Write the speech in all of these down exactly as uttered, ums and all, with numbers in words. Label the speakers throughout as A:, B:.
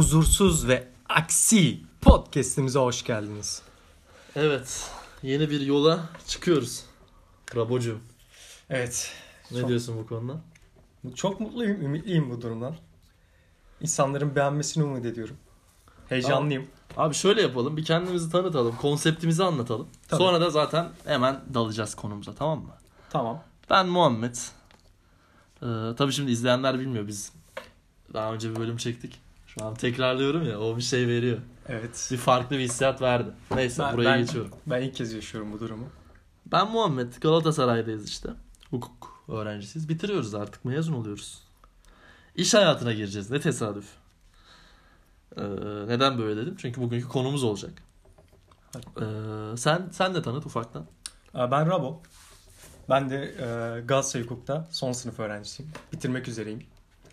A: Huzursuz ve Aksi podcast'imize hoş geldiniz.
B: Evet, yeni bir yola çıkıyoruz. Rabocuğum.
A: Evet.
B: Ne
A: çok,
B: diyorsun bu konuda?
A: Çok mutluyum, ümitliyim bu durumdan. İnsanların beğenmesini umut ediyorum. Heyecanlıyım.
B: Abi, abi şöyle yapalım, bir kendimizi tanıtalım, konseptimizi anlatalım.
A: Tabii.
B: Sonra da zaten hemen dalacağız konumuza, tamam mı?
A: Tamam.
B: Ben Muhammed. Ee, tabii şimdi izleyenler bilmiyor, biz daha önce bir bölüm çektik. Şu an tekrarlıyorum ya, o bir şey veriyor.
A: Evet.
B: Bir farklı bir hissiyat verdi. Neyse,
A: Ben,
B: buraya
A: ben,
B: geçiyorum.
A: Ben ilk kez yaşıyorum bu durumu.
B: Ben Muhammed, Galatasaray'dayız işte. Hukuk öğrencisiyiz. Bitiriyoruz artık, mezun oluyoruz. İş hayatına gireceğiz, ne tesadüf. Ee, neden böyle dedim? Çünkü bugünkü konumuz olacak. Ee, sen sen de tanıt ufaktan.
A: Ben Rabo. Ben de e, Galatasaray Hukuk'ta son sınıf öğrencisiyim. Bitirmek üzereyim.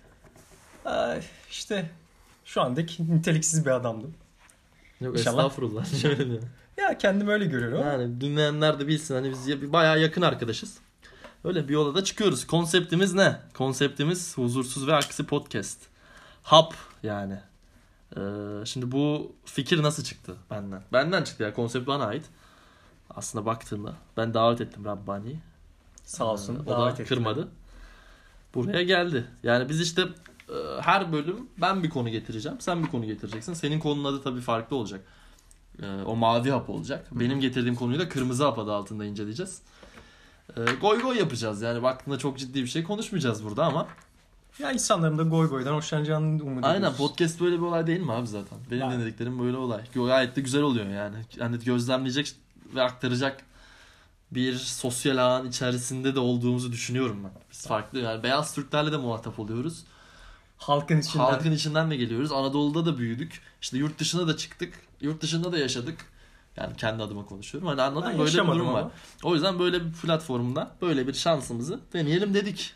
A: Ee, işte şu andaki niteliksiz bir adamdım.
B: Yok
A: İnşallah.
B: Estağfurullah. Şöyle diyor.
A: Ya kendim öyle görüyorum.
B: Yani dinleyenler de bilsin, hani biz ya- bayağı yakın arkadaşız. Öyle bir yola da çıkıyoruz. Konseptimiz ne? Konseptimiz Huzursuz ve Aksi Podcast. Hap yani. Ee, şimdi bu fikir nasıl çıktı benden? Benden çıktı ya, konsept bana ait. Aslında baktığımda ben davet ettim Rabbani'yi.
A: Sağ olsun.
B: Ee, o da kırmadı. Buraya geldi. Yani biz işte e, her bölüm ben bir konu getireceğim. Sen bir konu getireceksin. Senin konunun adı tabii farklı olacak. E, o mavi hap olacak. Hı-hı. Benim getirdiğim konuyu da kırmızı hap adı altında inceleyeceğiz. E, goy goy yapacağız. Yani baktığında çok ciddi bir şey konuşmayacağız burada ama.
A: Ya insanların da goy goydan hoşlanacağını umut ediyoruz.
B: Aynen, podcast böyle bir olay değil mi abi zaten? Benim yani. Dinlediklerim böyle olay. Gayet de güzel oluyor yani. Yani gözlemleyecek ve aktaracak bir sosyal ağın içerisinde de olduğumuzu düşünüyorum ben. Biz farklı yani beyaz Türklerle de muhatap oluyoruz.
A: Halkın içinden.
B: Halkın içinden de geliyoruz. Anadolu'da da büyüdük. İşte yurt dışına da çıktık. Yurt dışında da yaşadık. Yani kendi adıma konuşuyorum. Hani anladın mı? Böyle bir durum var. Ama. O yüzden böyle bir platformda böyle bir şansımızı deneyelim dedik.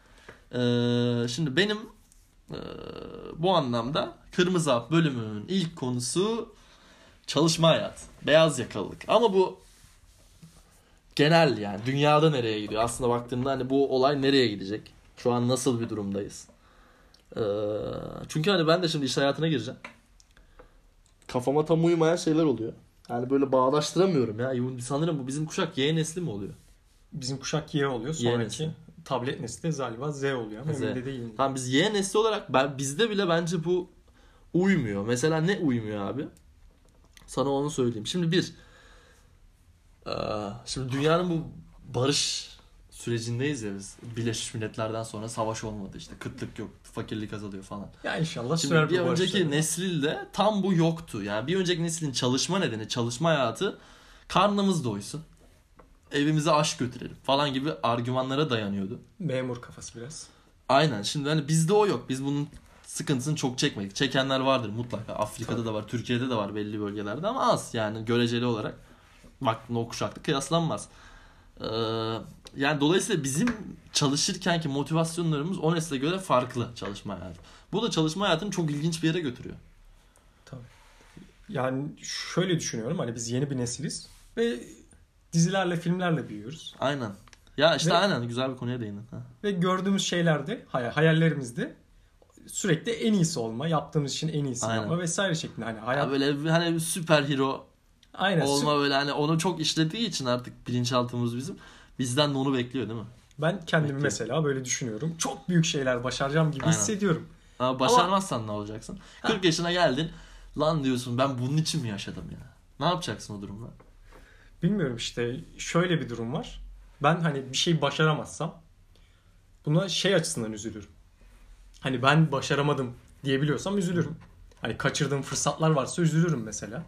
B: Ee, şimdi benim e, bu anlamda Kırmızı Hap bölümünün ilk konusu çalışma hayatı. Beyaz yakalılık. Ama bu genel yani. Dünyada nereye gidiyor? Aslında baktığımda hani bu olay nereye gidecek? Şu an nasıl bir durumdayız? Ee, çünkü hani ben de şimdi iş hayatına gireceğim. Kafama tam uymayan şeyler oluyor. Yani böyle bağdaştıramıyorum ya. Sanırım bu bizim kuşak Y nesli mi oluyor?
A: Bizim kuşak Y oluyor. Sonraki tablet nesli de galiba Z oluyor ama emin de değilim.
B: Tamam, biz Y nesli olarak ben, bizde bile bence bu uymuyor. Mesela ne uymuyor abi? Sana onu söyleyeyim. Şimdi bir ee, şimdi dünyanın bu barış sürecindeyiz ya biz. Birleşmiş Milletler'den sonra savaş olmadı işte. Kıtlık yok, fakirlik azalıyor falan.
A: Ya inşallah
B: şimdi
A: sürer
B: bir
A: bu
B: önceki nesilde tam bu yoktu. Yani bir önceki neslin çalışma nedeni, çalışma hayatı karnımız doysun, evimize aş götürelim falan gibi argümanlara dayanıyordu.
A: Memur kafası biraz.
B: Aynen. Şimdi hani bizde o yok. Biz bunun sıkıntısını çok çekmedik. Çekenler vardır mutlaka. Afrika'da Tabii. da var, Türkiye'de de var belli bölgelerde ama az yani göreceli olarak. Baktığında o kuşakla kıyaslanmaz. Ee, yani dolayısıyla bizim çalışırkenki motivasyonlarımız o nesle göre farklı çalışma hayatı. Bu da çalışma hayatını çok ilginç bir yere götürüyor.
A: Tabii. Yani şöyle düşünüyorum, hani biz yeni bir nesiliz ve dizilerle, filmlerle büyüyoruz.
B: Aynen. Ya işte
A: ve,
B: aynen güzel bir konuya değindin. Ha.
A: Ve gördüğümüz şeylerde, hayallerimizde sürekli en iyisi olma, yaptığımız işin en iyisini yapma vesaire şeklinde. Hani hayat...
B: ya böyle hani süper hero
A: Aynen.
B: olma böyle hani onu çok işlediği için artık bilinçaltımız bizim bizden de onu bekliyor değil mi?
A: Ben kendimi bekliyor. Mesela böyle düşünüyorum. Çok büyük şeyler başaracağım gibi Aynen. hissediyorum.
B: Ama başarmazsan Ama... ne olacaksın? kırk ha. yaşına geldin. Lan diyorsun, ben bunun için mi yaşadım ya? Ne yapacaksın o durumda?
A: Bilmiyorum işte. Şöyle bir durum var. Ben hani bir şey başaramazsam buna şey açısından üzülürüm. Hani ben başaramadım diyebiliyorsam üzülürüm. Hani kaçırdığım fırsatlar varsa üzülürüm mesela.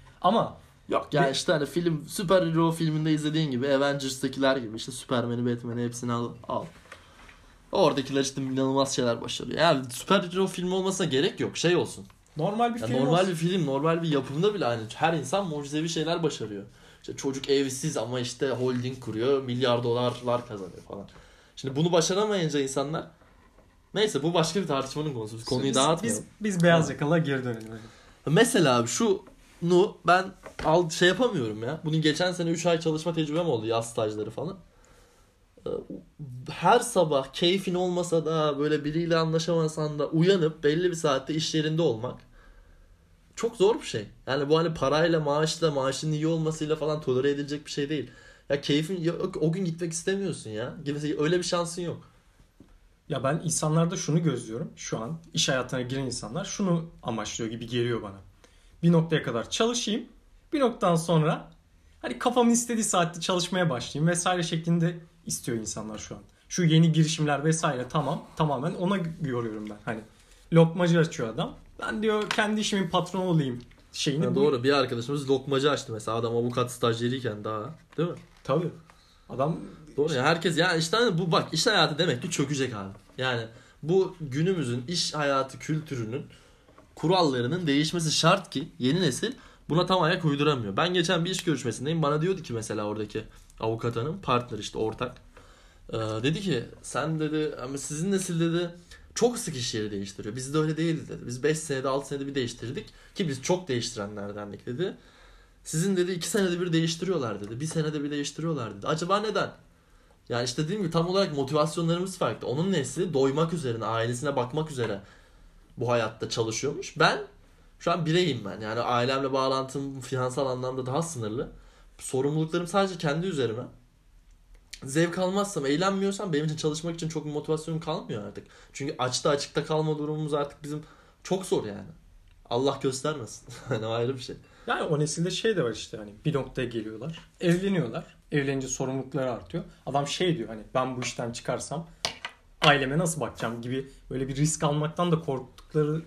A: Ama
B: yok yani işte hani film, süper hero filminde izlediğin gibi, Avengers'takiler gibi işte Superman'i, Batman'i hepsini al. al. Oradakiler işte inanılmaz şeyler başarıyor. Yani süper hero filmi olmasına gerek yok. Şey olsun.
A: Normal bir
B: yani
A: film
B: normal
A: olsun.
B: bir film, normal bir yapımda bile aynı. Her insan mucizevi şeyler başarıyor. İşte çocuk evsiz ama işte holding kuruyor, milyar dolarlar kazanıyor falan. Şimdi bunu başaramayınca insanlar, neyse bu başka bir tartışmanın konusu. Biz konuyu
A: biz,
B: dağıtmayalım.
A: Biz, biz beyaz yakalığa geri dönelim.
B: Mesela abi şunu ben al şey yapamıyorum ya. Bunun geçen sene üç ay çalışma tecrübem oldu, yaz stajları falan. Her sabah keyfin olmasa da böyle biriyle anlaşamasan da uyanıp belli bir saatte iş yerinde olmak çok zor bir şey. Yani bu hani parayla, maaşla, maaşın iyi olmasıyla falan tolere edilecek bir şey değil. Ya keyfin o gün gitmek istemiyorsun ya. Öyle bir şansın yok.
A: Ya ben insanlarda şunu gözlüyorum. Şu an iş hayatına giren insanlar şunu amaçlıyor gibi geliyor bana. Bir noktaya kadar çalışayım. Bir noktadan sonra hani kafamın istediği saatte çalışmaya başlayayım vesaire şeklinde istiyor insanlar şu an. Şu yeni girişimler vesaire tamam tamamen ona yoruyorum ben. Hani lokmacı açıyor adam. Ben diyor kendi işimin patronu olayım şeyini.
B: Ha,
A: bu...
B: Doğru, bir arkadaşımız lokmacı açtı mesela, adam avukat stajyeriyken daha, değil mi?
A: Tabii. Adam
B: doğru ya, herkes yani işte hani bu bak, iş hayatı demek ki çökecek abi. Yani bu günümüzün iş hayatı kültürünün kurallarının değişmesi şart ki yeni nesil buna tam ayak uyduramıyor. Ben geçen bir iş görüşmesindeyim, bana diyordu ki mesela oradaki avukat hanım, partner işte ortak. Ee, dedi ki sen dedi ama sizin nesil dedi çok sık iş yeri değiştiriyor. Bizde öyle değildi dedi. Biz beş senede altı senede bir değiştirdik ki biz çok değiştirenlerdendik dedi. Sizin dedi iki senede bir değiştiriyorlar dedi. Bir senede bir değiştiriyorlar dedi. Acaba neden? Yani işte dediğim gibi tam olarak motivasyonlarımız farklı. Onun nesli doymak üzerine, ailesine bakmak üzere bu hayatta çalışıyormuş. Ben şu an bireyim ben. Yani ailemle bağlantım finansal anlamda daha sınırlı. Sorumluluklarım sadece kendi üzerime. Zevk almazsam, eğlenmiyorsam benim için çalışmak için çok bir motivasyonum kalmıyor artık. Çünkü açta açıkta kalma durumumuz artık bizim çok zor yani. Allah göstermesin. Hani ayrı bir şey.
A: Yani o nesilde şey de var işte hani bir noktaya geliyorlar. Evleniyorlar. Evlenince sorumlulukları artıyor. Adam şey diyor hani ben bu işten çıkarsam aileme nasıl bakacağım gibi böyle bir risk almaktan da korktukları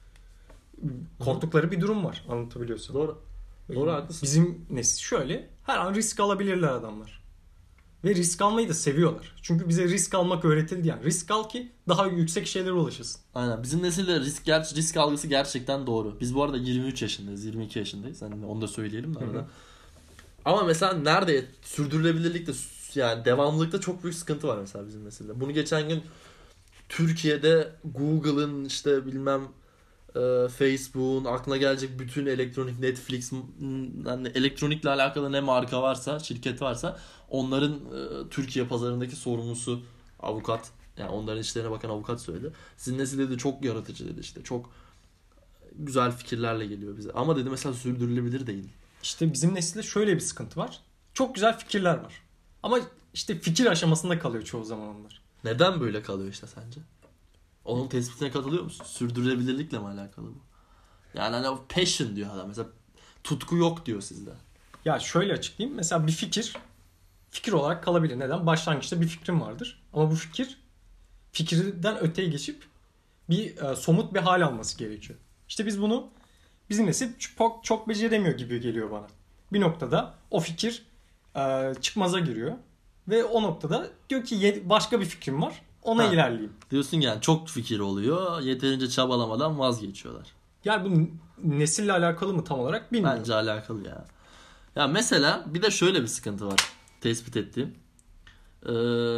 A: korktukları bir durum var. Anlatabiliyorsun.
B: Doğru. Doğru, haklısın.
A: Bizim nesil şöyle her an risk alabilirler adamlar. Ve risk almayı da seviyorlar. Çünkü bize risk almak öğretildi yani. Risk al ki daha yüksek şeylere ulaşırsın.
B: Aynen. Bizim nesilde risk ger- risk algısı gerçekten doğru. Biz bu arada yirmi üç yaşındayız, yirmi iki yaşındayız. Yani onu da söyleyelim de arada. Ama mesela nerede sürdürülebilirlikte yani devamlılıkta çok büyük sıkıntı var mesela bizim nesilde. Bunu geçen gün Türkiye'de Google'ın işte bilmem e, Facebook'un aklına gelecek bütün elektronik, Netflix, yani elektronikle alakalı ne marka varsa, şirket varsa onların e, Türkiye pazarındaki sorumlusu avukat, yani onların işlerine bakan avukat söyledi. Sizin nesil dedi çok yaratıcı dedi, işte çok güzel fikirlerle geliyor bize. Ama dedi mesela sürdürülebilir değil.
A: İşte bizim nesilde şöyle bir sıkıntı var. Çok güzel fikirler var. Ama işte fikir aşamasında kalıyor çoğu zaman onlar.
B: Neden böyle kalıyor işte sence? Onun tespitine katılıyor musun? Sürdürülebilirlikle mi alakalı bu? Yani hani o passion diyor adam. Mesela tutku yok diyor sizde.
A: Ya şöyle açıklayayım. Mesela bir fikir fikir olarak kalabilir. Neden? Başlangıçta bir fikrim vardır. Ama bu fikir fikirden öteye geçip bir e, somut bir hal alması gerekiyor. İşte biz bunu bizim nesil çok, çok beceremiyor gibi geliyor bana. Bir noktada o fikir e, çıkmaza giriyor. Ve o noktada diyor ki başka bir fikrim var. Ona ha. ilerleyeyim.
B: Diyorsun yani çok fikir oluyor. Yeterince çabalamadan vazgeçiyorlar.
A: Yani bu nesille alakalı mı tam olarak bilmiyorum.
B: Bence alakalı ya. Ya mesela bir de şöyle bir sıkıntı var. Tespit ettiğim. Ee,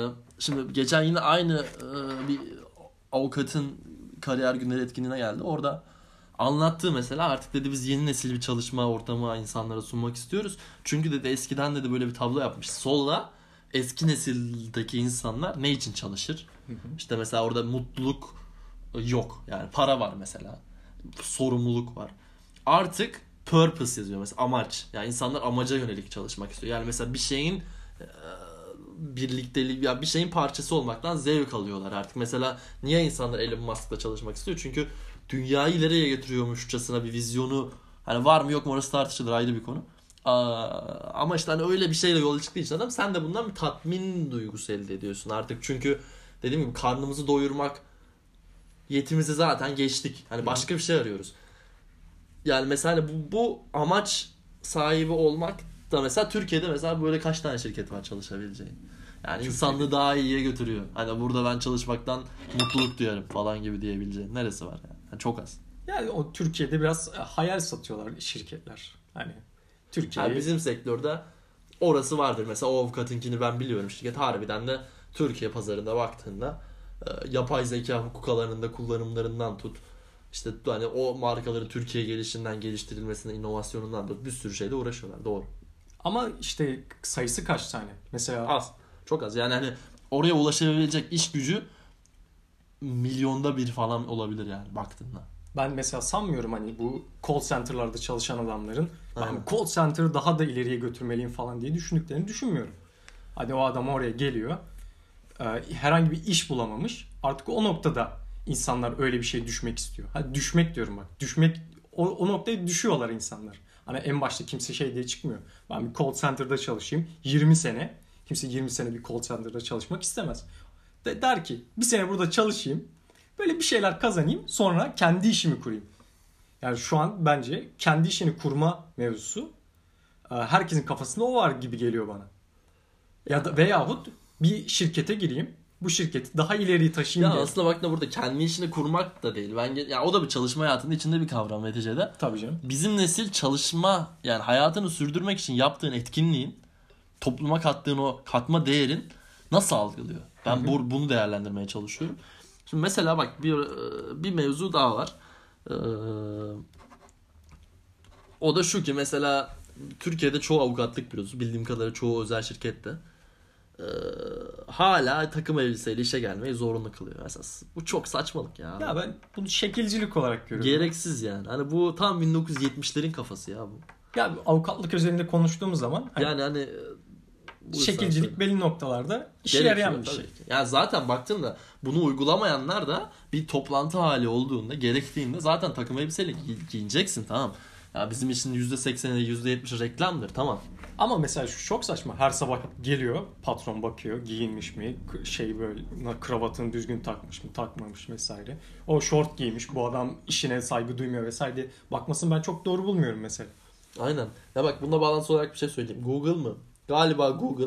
B: şimdi geçen yine aynı e, bir avukatın kariyer günleri etkinliğine geldi. Orada anlattığı mesela artık dedi biz yeni nesil bir çalışma ortamı insanlara sunmak istiyoruz. Çünkü dedi eskiden dedi böyle bir tablo yapmış. Solda eski nesildeki insanlar ne için çalışır? Hı hı. İşte mesela orada mutluluk yok. Yani para var mesela. Sorumluluk var. Artık purpose yazıyor mesela, amaç. Yani insanlar amaca yönelik çalışmak istiyor. Yani mesela bir şeyin e, birliktelik ya bir şeyin parçası olmaktan zevk alıyorlar artık. Mesela niye insanlar Elon Musk'la çalışmak istiyor? Çünkü dünyayı ileriye getiriyormuşçasına bir vizyonu, hani var mı yok mu orası tartışılır, ayrı bir konu. Aa, ama işte hani öyle bir şeyle yola çıktığı için adam, sen de bundan bir tatmin duygusu elde ediyorsun artık. Çünkü dediğim gibi karnımızı doyurmak yetimizi zaten geçtik. Hani başka bir şey arıyoruz. Yani mesela bu, bu amaç sahibi olmak da mesela Türkiye'de mesela böyle kaç tane şirket var çalışabileceğin. Yani Türkiye'de insanlığı daha iyiye götürüyor. Hani burada ben çalışmaktan mutluluk duyarım falan gibi diyebileceğin neresi var yani? Yani çok az.
A: Yani o Türkiye'de biraz hayal satıyorlar şirketler. Hani Türkiye
B: yani bizim sektörde orası vardır. Mesela o avukatınkini ben biliyorum. Şirket harbiden de Türkiye pazarında baktığında yapay zeka hukuk alanında kullanımlarından tut, işte hani o markaların Türkiye gelişinden, geliştirilmesinden, inovasyonundan tut, bir sürü şeyle uğraşıyorlar. Doğru.
A: Ama işte sayısı kaç tane? Mesela
B: az. Çok az. Yani hani oraya ulaşabilecek iş gücü milyonda bir falan olabilir yani baktığında.
A: Ben mesela sanmıyorum hani bu call center'larda çalışan adamların
B: Aynen.
A: ben call center'ı daha da ileriye götürmeliyim falan diye düşündüklerini düşünmüyorum. Hadi o adam oraya geliyor. Herhangi bir iş bulamamış. Artık o noktada insanlar öyle bir şey düşmek istiyor. Hadi düşmek diyorum bak. Düşmek o, o noktaya düşüyorlar insanlar. Hani en başta kimse şey diye çıkmıyor. Ben bir call center'da çalışayım yirmi sene. Kimse yirmi sene bir call center'da çalışmak istemez. De, der ki bir sene burada çalışayım. Böyle bir şeyler kazanayım. Sonra kendi işimi kurayım. Yani şu an bence kendi işini kurma mevzusu herkesin kafasında o var gibi geliyor bana. Ya da veyahut bir şirkete gireyim. Bu şirketi daha ileriye taşıyayım
B: ya
A: diye.
B: aslında bak da burada kendi işini kurmak da değil. Ben ya o da bir çalışma hayatının içinde bir kavram neticede.
A: Tabii canım.
B: Bizim nesil çalışma yani hayatını sürdürmek için yaptığın etkinliğin topluma kattığın o katma değerin nasıl algılıyor? Ben bu, bunu değerlendirmeye çalışıyorum. Şimdi mesela bak bir bir mevzu daha var. Ee, o da şu ki mesela Türkiye'de çoğu avukatlık bürosu bildiğim kadarıyla çoğu özel şirkette Ee, hala takım elbiseyle işe gelmeyi zorunlu kılıyor esas. Bu çok saçmalık ya.
A: Ya ben bunu şekilcilik olarak görüyorum.
B: Gereksiz yani. Hani bu tam bin dokuz yüz yetmişlerin kafası ya bu.
A: Ya avukatlık üzerinde konuştuğumuz zaman hani
B: yani hani
A: şekilcilik belli noktalarda işe yarayan bir şey.
B: Yani zaten baktığında bunu uygulamayanlar da bir toplantı hali olduğunda gerektiğinde zaten takım elbiseyle gi- giyineceksin tamam. Ya bizim için yüzde sekseni yüzde yetmişi reklamdır tamam.
A: Ama mesela şu çok saçma. Her sabah geliyor, patron bakıyor, giyinmiş mi, şey böyle kravatını düzgün takmış mı, takmamış vesaire. O şort giymiş, bu adam işine saygı duymuyor vesaire diye bakmasını ben çok doğru bulmuyorum mesela.
B: Aynen. Ya bak bununla bağlantılı olarak bir şey söyleyeyim. Google mı? Galiba Google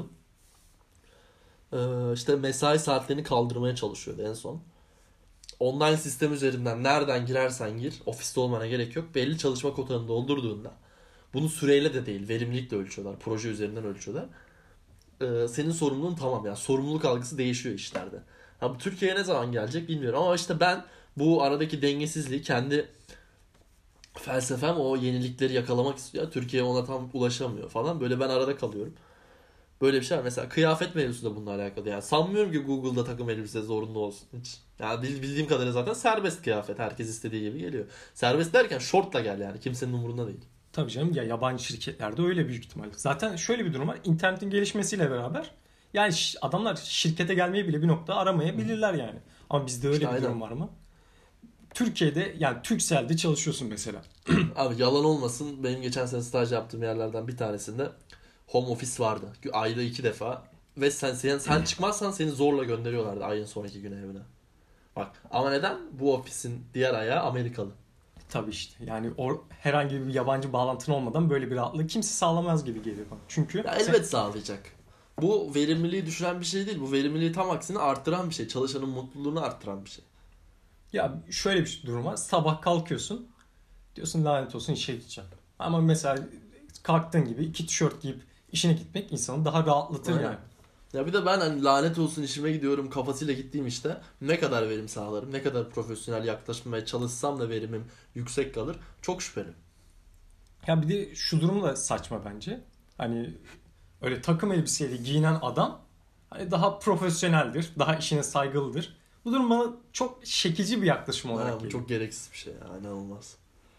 B: ee, işte mesai saatlerini kaldırmaya çalışıyordu en son. Online sistem üzerinden nereden girersen gir, ofiste olmana gerek yok. Belli çalışma kotanı doldurduğunda bunu süreyle de değil, verimlilikle ölçüyorlar. Proje üzerinden ölçüyorlar. Ee, senin sorumluluğun tamam yani sorumluluk algısı değişiyor işlerde. Ha, bu Türkiye'ye ne zaman gelecek bilmiyorum ama işte ben bu aradaki dengesizliği kendi felsefem o yenilikleri yakalamak istiyor. Türkiye ona tam ulaşamıyor falan. Böyle ben arada kalıyorum. Böyle bir şey var. Mesela kıyafet mevzusu da bununla alakalı. Yani sanmıyorum ki Google'da takım elbise zorunlu olsun hiç. Yani bildiğim kadarıyla zaten serbest kıyafet. Herkes istediği gibi geliyor. Serbest derken şortla gel yani. Kimsenin umurunda değil.
A: Tabii canım ya yabancı şirketlerde öyle büyük ihtimalle. Zaten şöyle bir durum var. İnternetin gelişmesiyle beraber yani adamlar şirkete gelmeyi bile bir nokta aramayabilirler yani. Ama bizde öyle işte bir aynen. durum var mı? Türkiye'de yani Turkcell'de çalışıyorsun mesela.
B: Abi yalan olmasın benim geçen sene staj yaptığım yerlerden bir tanesinde home office vardı. Ayda iki defa ve sen sen, sen çıkmazsan seni zorla gönderiyorlardı ayın sonraki güne evine. Bak ama neden? Bu ofisin diğer ayağı Amerikalı.
A: Tabii işte yani o herhangi bir yabancı bağlantın olmadan böyle bir rahatlığı kimse sağlamaz gibi geliyor bana. Çünkü
B: ya elbet sen... sağlayacak. Bu verimliliği düşüren bir şey değil. Bu verimliliği tam aksine arttıran bir şey. Çalışanın mutluluğunu arttıran bir şey.
A: Ya şöyle bir durum var. Sabah kalkıyorsun. Diyorsun lanet olsun işe gideceğim. Ama mesela kalktığın gibi iki tişört giyip işine gitmek insanı daha rahatlatır aynen. Yani.
B: Ya bir de ben hani lanet olsun işime gidiyorum kafasıyla gittiğim işte ne kadar verim sağlarım, ne kadar profesyonel yaklaşmaya çalışsam da verimim yüksek kalır. Çok şüpheli.
A: Ya bir de şu durum da saçma bence. Hani öyle takım elbiseyle giyinen adam hani daha profesyoneldir, daha işine saygılıdır. Bu durum bana çok şekilci bir yaklaşım olarak
B: ha,
A: geliyor.
B: Çok gereksiz bir şey ya, inanılmaz.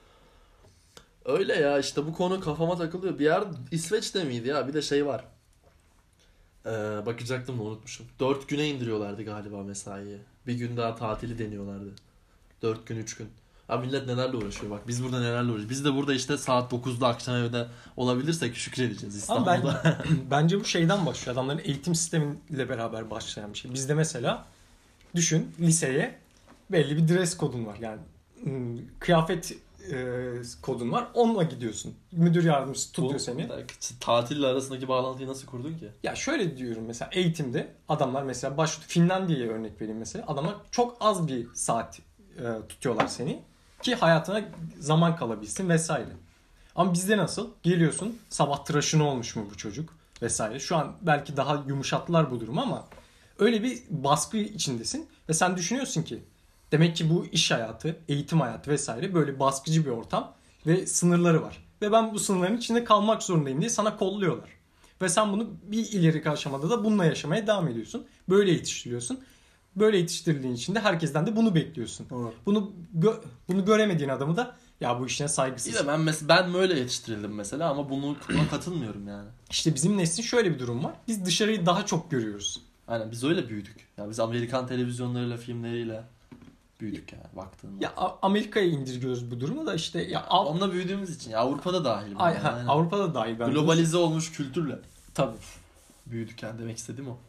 B: Öyle ya işte bu konu kafama takılıyor. Bir yer İsveç'te miydi ya? Bir de şey var. Ee, bakacaktım da unutmuşum. Dört güne indiriyorlardı galiba mesaiyi. Bir gün daha tatili deniyorlardı. Dört gün, üç gün. Abi millet nelerle uğraşıyor bak. Biz burada nelerle uğraşıyoruz. Biz de burada işte saat dokuzda akşam evde olabilirsek şükredeceğiz İstanbul'da.
A: Ben, bence bu şeyden başlıyor. Adamların eğitim sistemiyle beraber başlayan bir şey. Bizde mesela düşün liseye belli bir dress kodun var. Yani kıyafet e, kodun var. Onunla gidiyorsun. Müdür yardımcısı tutuyor bu, seni.
B: Tatille arasındaki bağlantıyı nasıl kurdun ki?
A: Ya şöyle diyorum mesela eğitimde adamlar mesela baş Finlandiya'ya örnek vereyim mesela. Adamlar çok az bir saat e, tutuyorlar seni ki hayatına zaman kalabilsin vesaire. Ama bizde nasıl? Geliyorsun sabah tıraşını olmuş mu bu çocuk vesaire. Şu an belki daha yumuşattılar bu durumu ama öyle bir baskı içindesin ve sen düşünüyorsun ki demek ki bu iş hayatı, eğitim hayatı vesaire böyle baskıcı bir ortam ve sınırları var. Ve ben bu sınırların içinde kalmak zorundayım diye sana kolluyorlar. Ve sen bunu bir ileri aşamada da bununla yaşamaya devam ediyorsun. Böyle yetiştiriyorsun. böyle yetiştirildiğin için de herkesten de bunu bekliyorsun.
B: Doğru.
A: Bunu gö- bunu göremediğin adamı da ya bu işine saygısız.
B: İyi de ben mes- ben böyle yetiştirildim mesela ama bunu buna katılmıyorum yani.
A: İşte bizim neslin şöyle bir durum var. Biz dışarıyı daha çok görüyoruz.
B: Aynen biz öyle büyüdük. Ya biz Amerikan televizyonlarıyla, filmleriyle büyüdük yani baktığında.
A: Ya Amerika'ya indirgiyoruz bu durumu da işte ya Av-
B: onunla büyüdüğümüz için ya Avrupa'da dahil.
A: Ay,
B: Yani.
A: ha, Avrupa'da dahil bence.
B: Globalize olmuş kültürle
A: Tabii.
B: büyüdük yani demek istediğim o.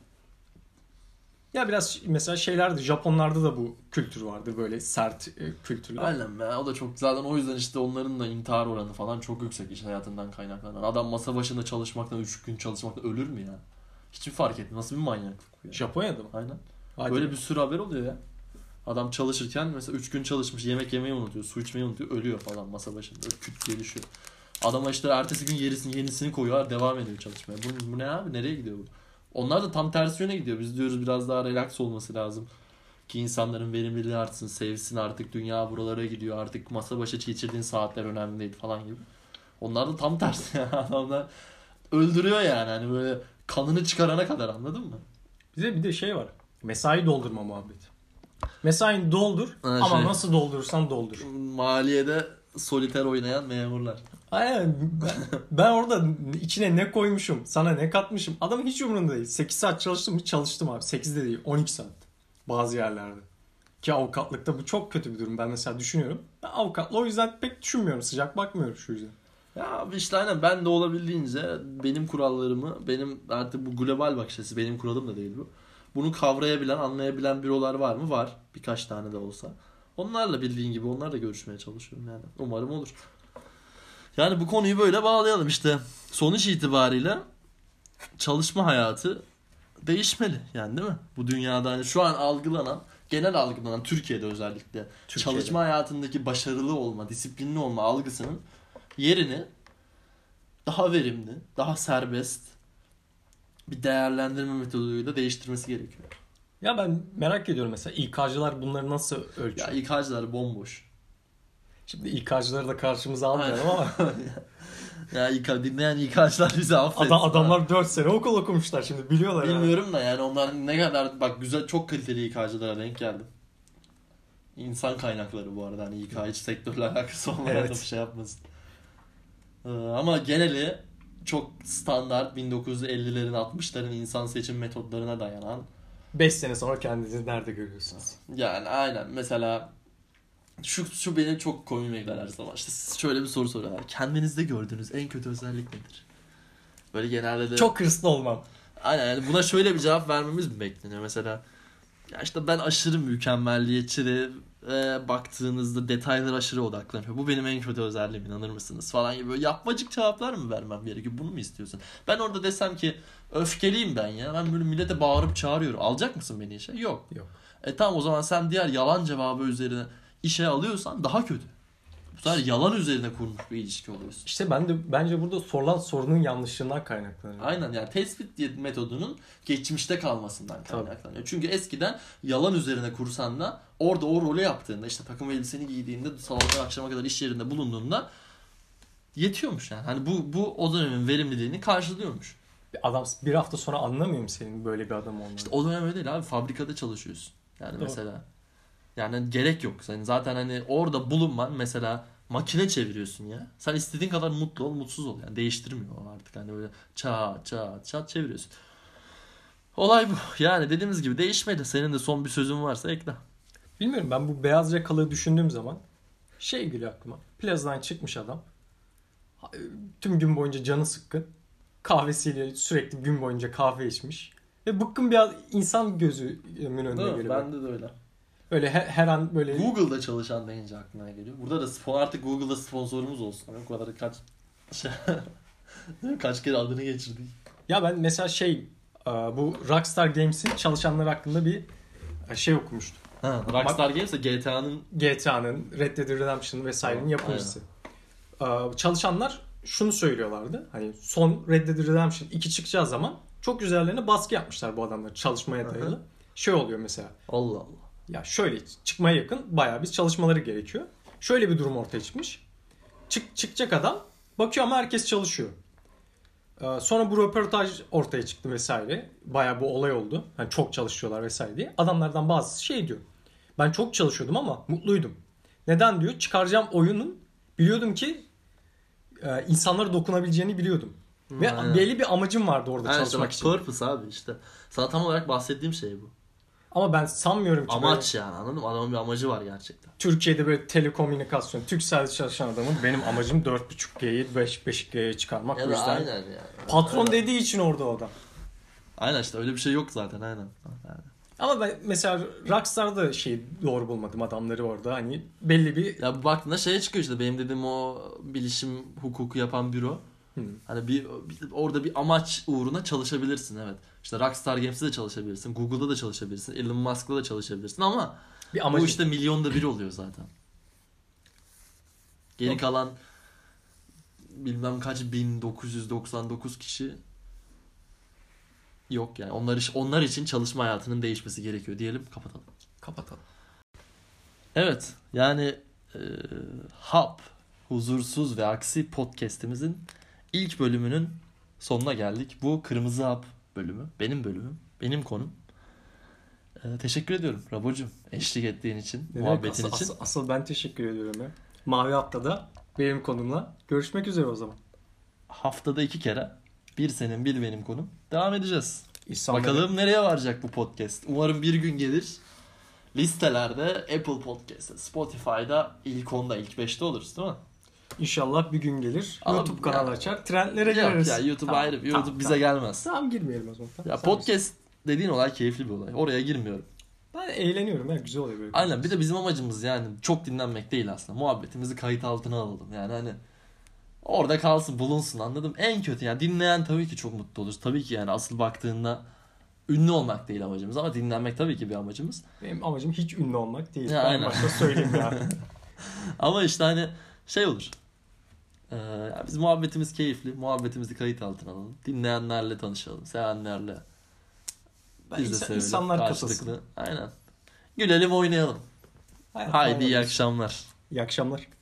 A: Ya biraz mesela şeylerde Japonlarda da bu kültür vardır böyle sert e, kültürler.
B: Aynen ya o da çok zaten o yüzden işte onların da intihar oranı falan çok yüksek iş hayatından kaynaklanan. Adam masa başında çalışmaktan üç gün çalışmaktan ölür mü ya? Hiç mi fark etmiyor? Nasıl bir manyaklık bu ya?
A: Japonya'da mı?
B: Aynen.
A: Hadi.
B: Böyle bir sürü haber oluyor ya. Adam çalışırken mesela üç gün çalışmış, yemek yemeyi unutuyor, su içmeyi unutuyor, ölüyor falan masa başında. Böyle küt diye düşüyor. Adama işte ertesi gün yenisini, yenisini koyuyorlar, devam ediyor çalışmaya. Bu, bu ne abi? Nereye gidiyor bu? Onlar da tam tersi yöne gidiyor. Biz diyoruz biraz daha relax olması lazım. Ki insanların verimliliği artsın, sevsin artık dünya buralara gidiyor. Artık masa başı geçirdiğin saatler önemli değil falan gibi. Onlar da tam tersi. Adamlar öldürüyor yani. Hani böyle kanını çıkarana kadar anladın mı?
A: Bize bir de şey var. Mesai doldurma muhabbeti. Mesaini doldur
B: Ha,
A: ama
B: şey.
A: nasıl doldurursan doldur.
B: Maliyede soliter oynayan memurlar.
A: Aynen. Ben, ben orada içine ne koymuşum, sana ne katmışım. Adamın hiç umurunda değil. sekiz saat çalıştım mı? Çalıştım abi. sekizde değil, on iki saat. Bazı yerlerde. Ki avukatlıkta bu çok kötü bir durum. Ben mesela düşünüyorum. Ben avukatla o yüzden pek düşünmüyorum. Sıcak bakmıyorum şu yüzden.
B: Ya abi işte aynen ben de olabildiğince benim kurallarımı, benim artık bu global bakış açısı, benim kuralım da değil bu. Bunu kavrayabilen, anlayabilen bürolar var mı? Var. Birkaç tane de olsa. Onlarla bildiğin gibi onlarla görüşmeye çalışıyorum yani. Umarım olur. Yani bu konuyu böyle bağlayalım işte. Sonuç itibariyle çalışma hayatı değişmeli yani değil mi? Bu dünyada hani şu an algılanan, genel algılanan Türkiye'de özellikle
A: Türkiye'de.
B: çalışma hayatındaki başarılı olma, disiplinli olma algısının yerini daha verimli, daha serbest bir değerlendirme metoduyla değiştirmesi gerekiyor.
A: Ya ben merak ediyorum mesela İK'cılar bunları nasıl ölçüyor?
B: Ya İK'cılar bomboş.
A: Şimdi İK'cıları da karşımıza almayalım ama
B: Ya İK, dinleyen İK'cılar bizi affetsin.
A: adam, adamlar dört sene okul okumuşlar şimdi biliyorlar.
B: Bilmiyorum
A: yani.
B: da yani onlar ne kadar bak güzel çok kaliteli İK'cılara denk geldim. İnsan kaynakları bu arada hani İK hiç sektörle alakası olmayan
A: Evet.
B: da bir şey yapmasın. Ee, ama geneli çok standart bin dokuz yüz ellilerin altmışların insan seçim metotlarına dayanan.
A: beş sene sonra kendinizi nerede görüyorsunuz?
B: Yani aynen mesela şu şu beni çok komiğime gider her zaman. İşte şöyle bir soru soruyorlar. Kendinizde gördüğünüz en kötü özellik nedir? Böyle genelde de
A: Çok hırslı olmam.
B: aynen yani buna şöyle bir cevap vermemiz mi bekleniyor? Mesela ya işte ben aşırı mükemmelliyetçi de e, baktığınızda detaylara aşırı odaklanıyor. Bu benim en kötü özelliğim inanır mısınız falan gibi böyle yapmacık cevaplar mı vermem gerekiyor? Bunu mu istiyorsun? Ben orada desem ki öfkeliyim ben ya. Ben böyle millete bağırıp çağırıyorum. Alacak mısın beni işe? Yok.
A: Yok.
B: E tamam o zaman sen diğer yalan cevabı üzerine işe alıyorsan daha kötü. Bu sefer yalan üzerine kurmuş bir ilişki oluyorsun.
A: İşte ben de bence burada sorulan sorunun yanlışlığından kaynaklanıyor.
B: Aynen yani tespit diye metodunun geçmişte kalmasından
A: Tabii.
B: kaynaklanıyor. Çünkü eskiden yalan üzerine kursan da orada o rolü yaptığında işte takım elbiseni giydiğinde sabahtan akşama kadar iş yerinde bulunduğunda yetiyormuş yani. Hani bu bu o dönemin verimliliğini karşılıyormuş.
A: Adam bir hafta sonra anlamıyor mu senin böyle bir adam olmanı?
B: İşte o dönem öyle değil abi fabrikada çalışıyorsun. Yani
A: Doğru.
B: mesela yani gerek yok. Sen zaten hani orada bulunman mesela makine çeviriyorsun ya. Sen istediğin kadar mutlu ol, mutsuz ol. Yani değiştirmiyor o artık. Hani böyle çat çat çat çeviriyorsun. Olay bu. Yani dediğimiz gibi değişmedi. Senin de son bir sözün varsa ekle.
A: Bilmiyorum ben bu beyaz yakalığı düşündüğüm zaman şey geliyor aklıma. Plazadan çıkmış adam. Tüm gün boyunca canı sıkkın. Kahvesiyle sürekli gün boyunca kahve içmiş. Ve bıkkın bir insan gözümün önüne
B: Değil mi?
A: geliyor.
B: Bende de öyle.
A: Öyle her, her an böyle...
B: Google'da çalışan deyince aklına geliyor. Burada da spon, artık Google'da sponsorumuz olsun. O kadar kaç şey, kaç kere adını geçirdik.
A: Ya ben mesela şey bu Rockstar Games'in çalışanları hakkında bir şey okumuştum.
B: Ha, Rockstar Games de G T A'nın
A: G T A'nın, Red Dead Redemption vesairenin yapımcısı. Çalışanlar şunu söylüyorlardı. Hani son Red Dead Redemption iki çıkacağı zaman çok üzerlerine baskı yapmışlar bu adamlar çalışmaya dayalı. Hı-hı. Şey oluyor mesela.
B: Allah Allah.
A: Ya şöyle çıkmaya yakın bayağı bir çalışmaları gerekiyor. Şöyle bir durum ortaya çıkmış. Çık çıkacak adam bakıyor ama herkes çalışıyor. Ee, sonra bu röportaj ortaya çıktı vesaire. Bayağı bu olay oldu. Yani çok çalışıyorlar vesaire diye. Adamlardan bazısı şey diyor. Ben çok çalışıyordum ama mutluydum. Neden diyor? Çıkaracağım oyunun biliyordum ki e, insanlara dokunabileceğini biliyordum. Hmm, Ve aynen. belli bir amacım vardı orada aynen, çalışmak için.
B: Purpose abi işte. Sana tam olarak bahsettiğim şey bu.
A: Ama ben sanmıyorum ki
B: amaç böyle, yani anladın mı? Adamın bir amacı var gerçekten.
A: Türkiye'de böyle telekomünikasyon, Turkcell'de çalışan adamın benim amacım dört buçuk G'yi beş G'ye çıkarmak.
B: Ya
A: o yüzden
B: aynen yani.
A: Patron
B: aynen.
A: dediği için orada o adam.
B: Aynen işte öyle bir şey yok zaten aynen. aynen.
A: Ama ben mesela Rockstar'da şey doğru bulmadım adamları orada. Hani belli bir...
B: Ya baktığında şeye çıkıyor işte benim dediğim o bilişim hukuku yapan büro. Hmm. Hani bir, bir orada bir amaç uğruna çalışabilirsin evet. İşte Rockstar Games'te de çalışabilirsin, Google'da da çalışabilirsin, Elon Musk'la da çalışabilirsin ama bir bu işte milyonda bir oluyor zaten. Geri yok. Kalan bilmem kaç bin dokuz yüz doksan dokuz kişi yok yani. Onlar onlar için çalışma hayatının değişmesi gerekiyor diyelim, kapatalım.
A: Kapatalım.
B: Evet, yani e, Hap, Huzursuz ve Aksi podcast'imizin ilk bölümünün sonuna geldik. Bu Kırmızı Hap bölümü, benim bölümüm, benim konum. E, teşekkür ediyorum Rabo'cum eşlik ettiğin için, evet, muhabbetin
A: asıl,
B: için.
A: Asıl, asıl ben teşekkür ediyorum ya. Mavi Hap'ta benim konumla görüşmek üzere o zaman.
B: Haftada iki kere. Bir senin bir benim konum. Devam edeceğiz.
A: İnsanları...
B: Bakalım nereye varacak bu podcast. Umarım bir gün gelir. Listelerde Apple Podcast'te, Spotify'da ilk onda, ilk beşte oluruz değil mi?
A: İnşallah bir gün gelir. Ama YouTube kanalı yani, açar. Trendlere gireriz.
B: Ya YouTube tamam, ayrı. YouTube tamam, bize tamam. gelmez.
A: Tamam girmeyelim o zaman. Tamam.
B: Ya podcast dediğin olay keyifli bir olay. Oraya girmiyorum.
A: Ben eğleniyorum ya. Güzel oluyor böyle.
B: Aynen. Bir de bizim amacımız yani çok dinlenmek değil aslında. Muhabbetimizi kayıt altına alalım. Yani hani orada kalsın, bulunsun, anladım. En kötü yani dinleyen tabii ki çok mutlu olur. Tabii ki yani asıl baktığında ünlü olmak değil amacımız ama dinlenmek tabii ki bir amacımız.
A: Benim amacım hiç ünlü olmak değil.
B: Ya,
A: ben
B: aynen.
A: başta söyleyeyim ya.
B: Ama işte hani şey olur. Ee, yani biz muhabbetimiz keyifli. Muhabbetimizi kayıt altına alalım. Dinleyenlerle tanışalım. Sevenlerle.
A: Biz de sevelim. İnsanlar katılsın.
B: Aynen. Gülelim, oynayalım. Hayat, Haydi iyi akşamlar.
A: İyi akşamlar.